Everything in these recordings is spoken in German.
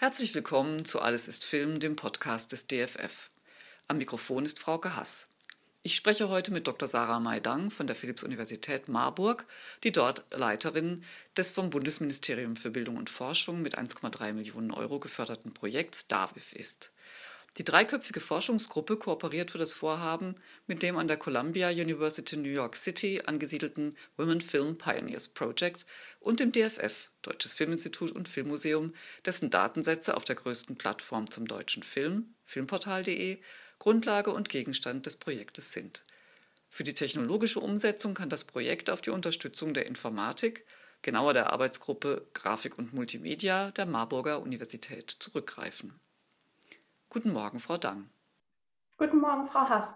Herzlich willkommen zu Alles ist Film, dem Podcast des DFF. Am Mikrofon ist Frauke Hass. Ich spreche heute mit Dr. Sarah Maidang von der Philipps-Universität Marburg, die dort Leiterin des vom Bundesministerium für Bildung und Forschung mit 1,3 Millionen Euro geförderten Projekts DAVIF ist. Die dreiköpfige Forschungsgruppe kooperiert für das Vorhaben mit dem an der Columbia University New York City angesiedelten Women Film Pioneers Project und dem DFF, Deutsches Filminstitut und Filmmuseum, dessen Datensätze auf der größten Plattform zum deutschen Film, filmportal.de, Grundlage und Gegenstand des Projektes sind. Für die technologische Umsetzung kann das Projekt auf die Unterstützung der Informatik, genauer der Arbeitsgruppe Grafik und Multimedia der Marburger Universität zurückgreifen. Guten Morgen, Frau Dang. Guten Morgen, Frau Hass.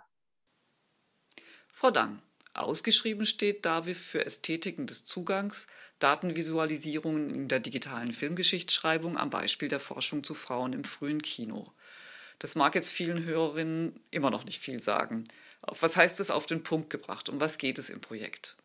Frau Dang, ausgeschrieben steht DAVIF für Ästhetiken des Zugangs, Datenvisualisierungen in der digitalen Filmgeschichtsschreibung am Beispiel der Forschung zu Frauen im frühen Kino. Das mag jetzt vielen Hörerinnen immer noch nicht viel sagen. Was heißt es auf den Punkt gebracht? Um was geht es im Projekt?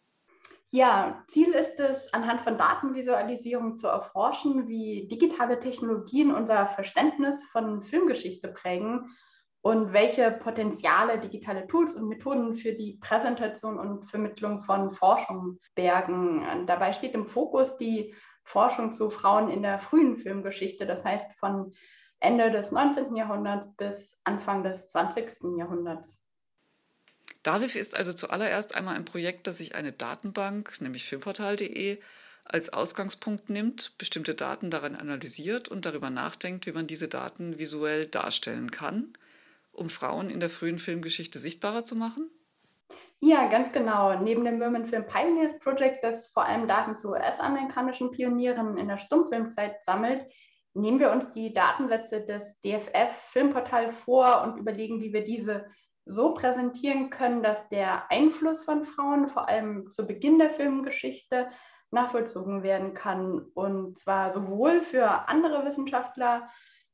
Ja, Ziel ist es, anhand von Datenvisualisierung zu erforschen, wie digitale Technologien unser Verständnis von Filmgeschichte prägen und welche Potenziale digitale Tools und Methoden für die Präsentation und Vermittlung von Forschung bergen. Dabei steht im Fokus die Forschung zu Frauen in der frühen Filmgeschichte, das heißt von Ende des 19. Jahrhunderts bis Anfang des 20. Jahrhunderts. DAVIF ist also zuallererst einmal ein Projekt, das sich eine Datenbank, nämlich filmportal.de, als Ausgangspunkt nimmt, bestimmte Daten darin analysiert und darüber nachdenkt, wie man diese Daten visuell darstellen kann, um Frauen in der frühen Filmgeschichte sichtbarer zu machen? Ja, ganz genau. Neben dem Women Film Pioneers Project, das vor allem Daten zu US-amerikanischen Pionieren in der Stummfilmzeit sammelt, nehmen wir uns die Datensätze des DFF Filmportal vor und überlegen, wie wir diese so präsentieren können, dass der Einfluss von Frauen vor allem zu Beginn der Filmgeschichte nachvollzogen werden kann. Und zwar sowohl für andere Wissenschaftlerinnen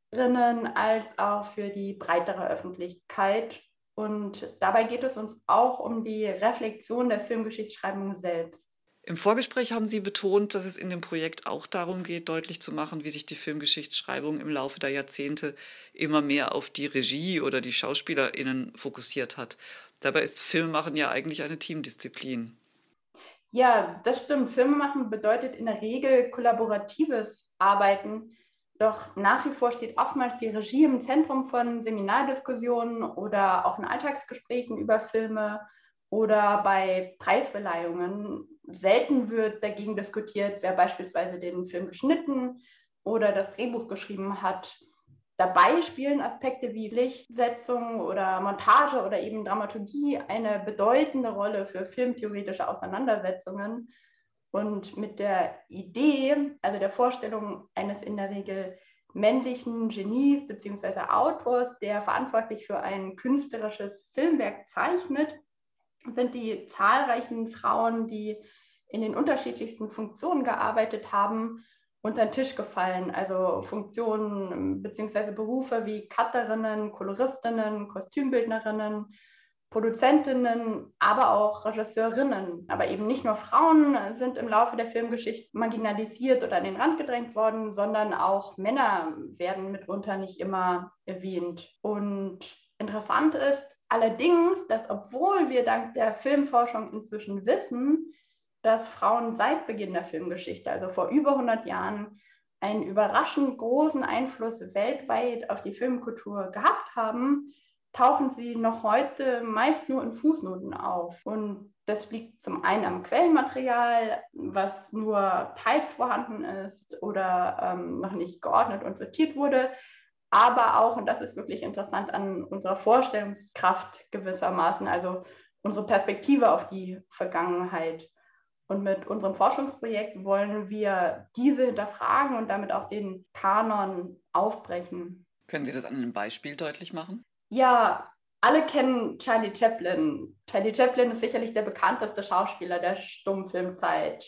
als auch für die breitere Öffentlichkeit. Und dabei geht es uns auch um die Reflexion der Filmgeschichtsschreibung selbst. Im Vorgespräch haben Sie betont, dass es in dem Projekt auch darum geht, deutlich zu machen, wie sich die Filmgeschichtsschreibung im Laufe der Jahrzehnte immer mehr auf die Regie oder die SchauspielerInnen fokussiert hat. Dabei ist Filmemachen ja eigentlich eine Teamdisziplin. Ja, das stimmt. Filmemachen bedeutet in der Regel kollaboratives Arbeiten. Doch nach wie vor steht oftmals die Regie im Zentrum von Seminardiskussionen oder auch in Alltagsgesprächen über Filme oder bei Preisverleihungen. Selten wird dagegen diskutiert, wer beispielsweise den Film geschnitten oder das Drehbuch geschrieben hat. Dabei spielen Aspekte wie Lichtsetzung oder Montage oder eben Dramaturgie eine bedeutende Rolle für filmtheoretische Auseinandersetzungen. Und mit der Idee, also der Vorstellung eines in der Regel männlichen Genies bzw. Autors, der verantwortlich für ein künstlerisches Filmwerk zeichnet, sind die zahlreichen Frauen, die in den unterschiedlichsten Funktionen gearbeitet haben, unter den Tisch gefallen. Also Funktionen bzw. Berufe wie Cutterinnen, Koloristinnen, Kostümbildnerinnen, Produzentinnen, aber auch Regisseurinnen. Aber eben nicht nur Frauen sind im Laufe der Filmgeschichte marginalisiert oder an den Rand gedrängt worden, sondern auch Männer werden mitunter nicht immer erwähnt. Und interessant ist allerdings, dass obwohl wir dank der Filmforschung inzwischen wissen, dass Frauen seit Beginn der Filmgeschichte, also vor über 100 Jahren, einen überraschend großen Einfluss weltweit auf die Filmkultur gehabt haben, tauchen sie noch heute meist nur in Fußnoten auf. Und das liegt zum einen am Quellenmaterial, was nur teils vorhanden ist oder noch nicht geordnet und sortiert wurde, aber auch, und das ist wirklich interessant, an unserer Vorstellungskraft gewissermaßen, also unsere Perspektive auf die Vergangenheit. Und mit unserem Forschungsprojekt wollen wir diese hinterfragen und damit auch den Kanon aufbrechen. Können Sie das an einem Beispiel deutlich machen? Ja, alle kennen Charlie Chaplin. Charlie Chaplin ist sicherlich der bekannteste Schauspieler der Stummfilmzeit.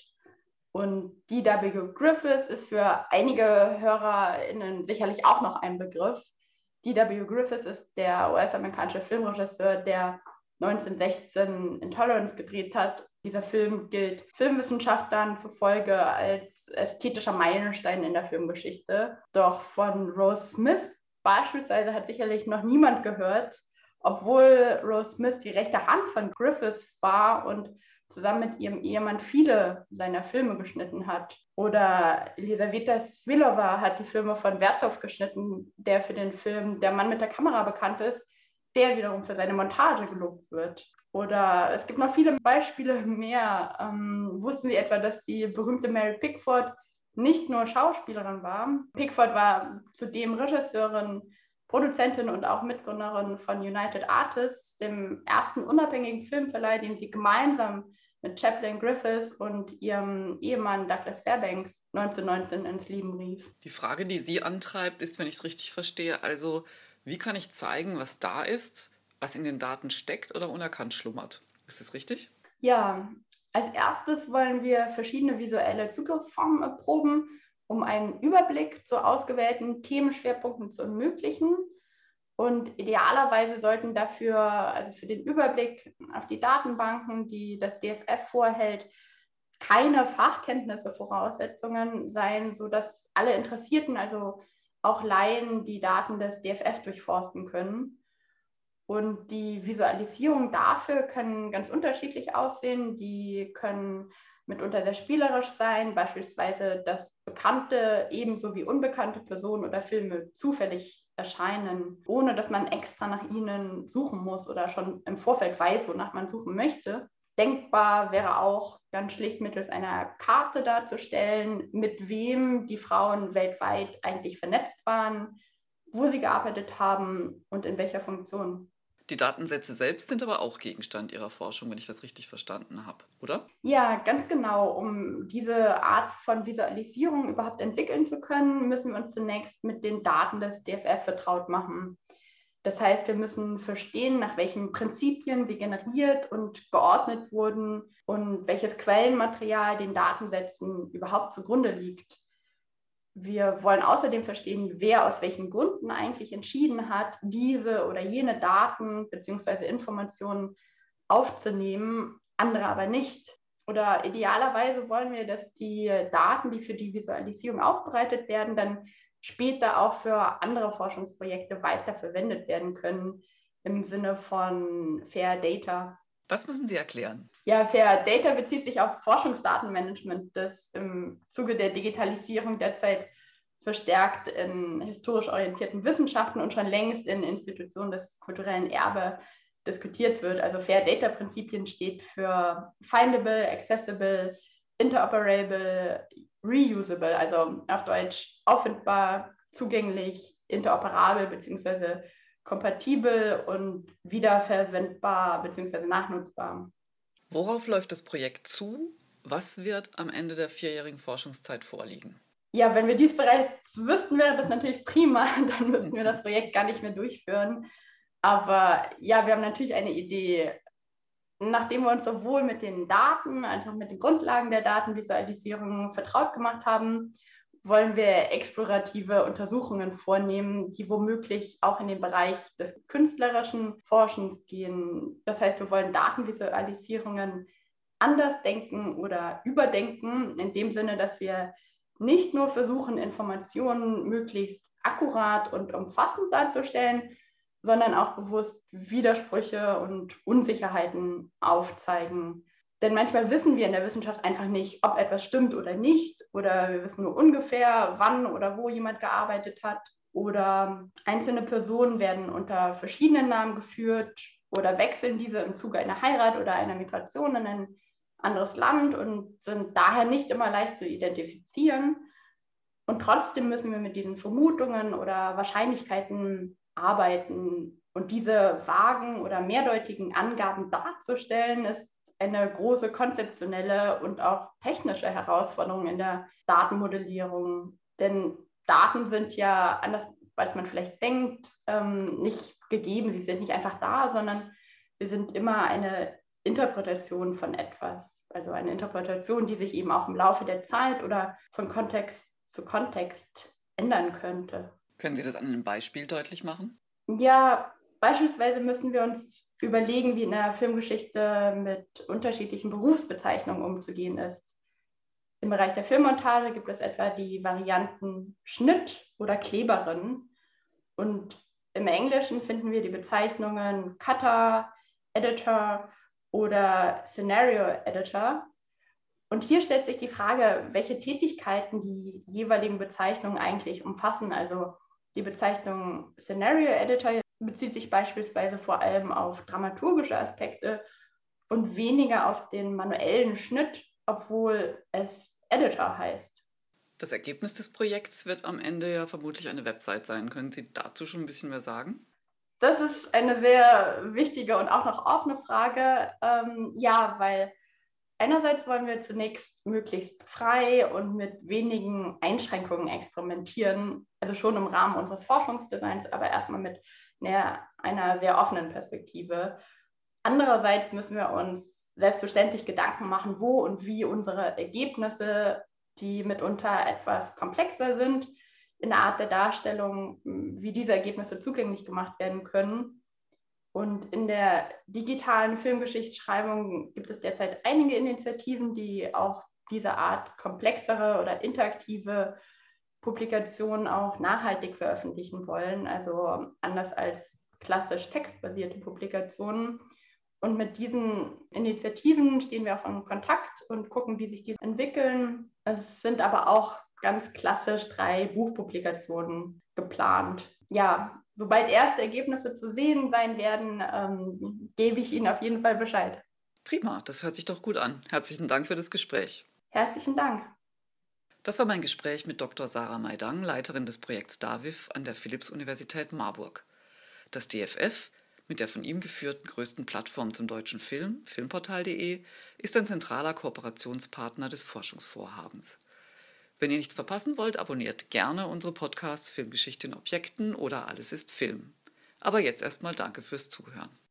Und D.W. Griffith ist für einige HörerInnen sicherlich auch noch ein Begriff. D.W. Griffith ist der US-amerikanische Filmregisseur, der 1916 Intolerance gedreht hat Dieser Film gilt Filmwissenschaftlern zufolge als ästhetischer Meilenstein in der Filmgeschichte. Doch von Rose Smith beispielsweise hat sicherlich noch niemand gehört, obwohl Rose Smith die rechte Hand von Griffiths war und zusammen mit ihrem Ehemann viele seiner Filme geschnitten hat. Oder Elisaweta Svilova hat die Filme von Vertov geschnitten, der für den Film Der Mann mit der Kamera bekannt ist, der wiederum für seine Montage gelobt wird. Oder es gibt noch viele Beispiele mehr. Wussten Sie etwa, dass die berühmte Mary Pickford nicht nur Schauspielerin war? Pickford war zudem Regisseurin, Produzentin und auch Mitgründerin von United Artists, dem ersten unabhängigen Filmverleih, den sie gemeinsam mit Chaplin Griffiths und ihrem Ehemann Douglas Fairbanks 1919 ins Leben rief. Die Frage, die Sie antreibt, ist, wenn ich es richtig verstehe, also wie kann ich zeigen, was da ist, was in den Daten steckt oder unerkannt schlummert? Ist das richtig? Ja, als erstes wollen wir verschiedene visuelle Zugriffsformen erproben, um einen Überblick zu ausgewählten Themenschwerpunkten zu ermöglichen. Und idealerweise sollten dafür, also für den Überblick auf die Datenbanken, die das DFF vorhält, keine Fachkenntnisse Voraussetzungen sein, sodass alle Interessierten, also auch Laien, die Daten des DFF durchforsten können. Und die Visualisierungen dafür können ganz unterschiedlich aussehen. Die können mitunter sehr spielerisch sein, beispielsweise, dass bekannte ebenso wie unbekannte Personen oder Filme zufällig erscheinen, ohne dass man extra nach ihnen suchen muss oder schon im Vorfeld weiß, wonach man suchen möchte. Denkbar wäre auch ganz schlicht mittels einer Karte darzustellen, mit wem die Frauen weltweit eigentlich vernetzt waren, wo sie gearbeitet haben und in welcher Funktion. Die Datensätze selbst sind aber auch Gegenstand Ihrer Forschung, wenn ich das richtig verstanden habe, oder? Ja, ganz genau. Um diese Art von Visualisierung überhaupt entwickeln zu können, müssen wir uns zunächst mit den Daten des DFF vertraut machen. Das heißt, wir müssen verstehen, nach welchen Prinzipien sie generiert und geordnet wurden und welches Quellenmaterial den Datensätzen überhaupt zugrunde liegt. Wir wollen außerdem verstehen, wer aus welchen Gründen eigentlich entschieden hat, diese oder jene Daten bzw. Informationen aufzunehmen, andere aber nicht. Oder idealerweise wollen wir, dass die Daten, die für die Visualisierung aufbereitet werden, dann später auch für andere Forschungsprojekte weiterverwendet werden können, im Sinne von Fair Data. Das müssen Sie erklären. Ja, Fair Data bezieht sich auf Forschungsdatenmanagement, das im Zuge der Digitalisierung derzeit verstärkt in historisch orientierten Wissenschaften und schon längst in Institutionen des kulturellen Erbes diskutiert wird. Also Fair Data Prinzipien steht für findable, accessible, interoperable, reusable, also auf Deutsch auffindbar, zugänglich, interoperabel bzw. kompatibel und wiederverwendbar bzw. nachnutzbar. Worauf läuft das Projekt zu? Was wird am Ende der 4-jährigen Forschungszeit vorliegen? Ja, wenn wir dies bereits wüssten, wäre das natürlich prima. Dann müssten wir das Projekt gar nicht mehr durchführen. Aber ja, wir haben natürlich eine Idee. Nachdem wir uns sowohl mit den Daten als auch mit den Grundlagen der Datenvisualisierung vertraut gemacht haben, wollen wir explorative Untersuchungen vornehmen, die womöglich auch in den Bereich des künstlerischen Forschens gehen. Das heißt, wir wollen Datenvisualisierungen anders denken oder überdenken, in dem Sinne, dass wir nicht nur versuchen, Informationen möglichst akkurat und umfassend darzustellen, sondern auch bewusst Widersprüche und Unsicherheiten aufzeigen. Denn manchmal wissen wir in der Wissenschaft einfach nicht, ob etwas stimmt oder nicht, oder wir wissen nur ungefähr, wann oder wo jemand gearbeitet hat, oder einzelne Personen werden unter verschiedenen Namen geführt oder wechseln diese im Zuge einer Heirat oder einer Migration in ein anderes Land und sind daher nicht immer leicht zu identifizieren. Und trotzdem müssen wir mit diesen Vermutungen oder Wahrscheinlichkeiten arbeiten. Und diese vagen oder mehrdeutigen Angaben darzustellen, ist eine große konzeptionelle und auch technische Herausforderung in der Datenmodellierung. Denn Daten sind ja, anders als man vielleicht denkt, nicht gegeben. Sie sind nicht einfach da, sondern sie sind immer eine Interpretation von etwas. Also eine Interpretation, die sich eben auch im Laufe der Zeit oder von Kontext zu Kontext ändern könnte. Können Sie das an einem Beispiel deutlich machen? Ja, Beispielsweise müssen wir uns überlegen, wie in der Filmgeschichte mit unterschiedlichen Berufsbezeichnungen umzugehen ist. Im Bereich der Filmmontage gibt es etwa die Varianten Schnitt oder Kleberin. Und im Englischen finden wir die Bezeichnungen Cutter, Editor oder Scenario Editor. Und hier stellt sich die Frage, welche Tätigkeiten die jeweiligen Bezeichnungen eigentlich umfassen. Also die Bezeichnung Scenario Editor bezieht sich beispielsweise vor allem auf dramaturgische Aspekte und weniger auf den manuellen Schnitt, obwohl es Editor heißt. Das Ergebnis des Projekts wird am Ende ja vermutlich eine Website sein. Können Sie dazu schon ein bisschen mehr sagen? Das ist eine sehr wichtige und auch noch offene Frage. Ja, weil einerseits wollen wir zunächst möglichst frei und mit wenigen Einschränkungen experimentieren, also schon im Rahmen unseres Forschungsdesigns, aber erstmal mit einer sehr offenen Perspektive. Andererseits müssen wir uns selbstverständlich Gedanken machen, wo und wie unsere Ergebnisse, die mitunter etwas komplexer sind, in der Art der Darstellung, wie diese Ergebnisse zugänglich gemacht werden können. Und in der digitalen Filmgeschichtsschreibung gibt es derzeit einige Initiativen, die auch diese Art komplexere oder interaktive Publikationen auch nachhaltig veröffentlichen wollen, also anders als klassisch textbasierte Publikationen. Und mit diesen Initiativen stehen wir auch in Kontakt und gucken, wie sich die entwickeln. Es sind aber auch ganz klassisch 3 Buchpublikationen geplant. Ja, sobald erste Ergebnisse zu sehen sein werden, gebe ich Ihnen auf jeden Fall Bescheid. Prima, das hört sich doch gut an. Herzlichen Dank für das Gespräch. Herzlichen Dank. Das war mein Gespräch mit Dr. Sarah Maidang, Leiterin des Projekts DAVIV an der Philipps-Universität Marburg. Das DFF, mit der von ihm geführten größten Plattform zum deutschen Film, filmportal.de, ist ein zentraler Kooperationspartner des Forschungsvorhabens. Wenn ihr nichts verpassen wollt, abonniert gerne unsere Podcasts Filmgeschichte in Objekten oder Alles ist Film. Aber jetzt erstmal danke fürs Zuhören.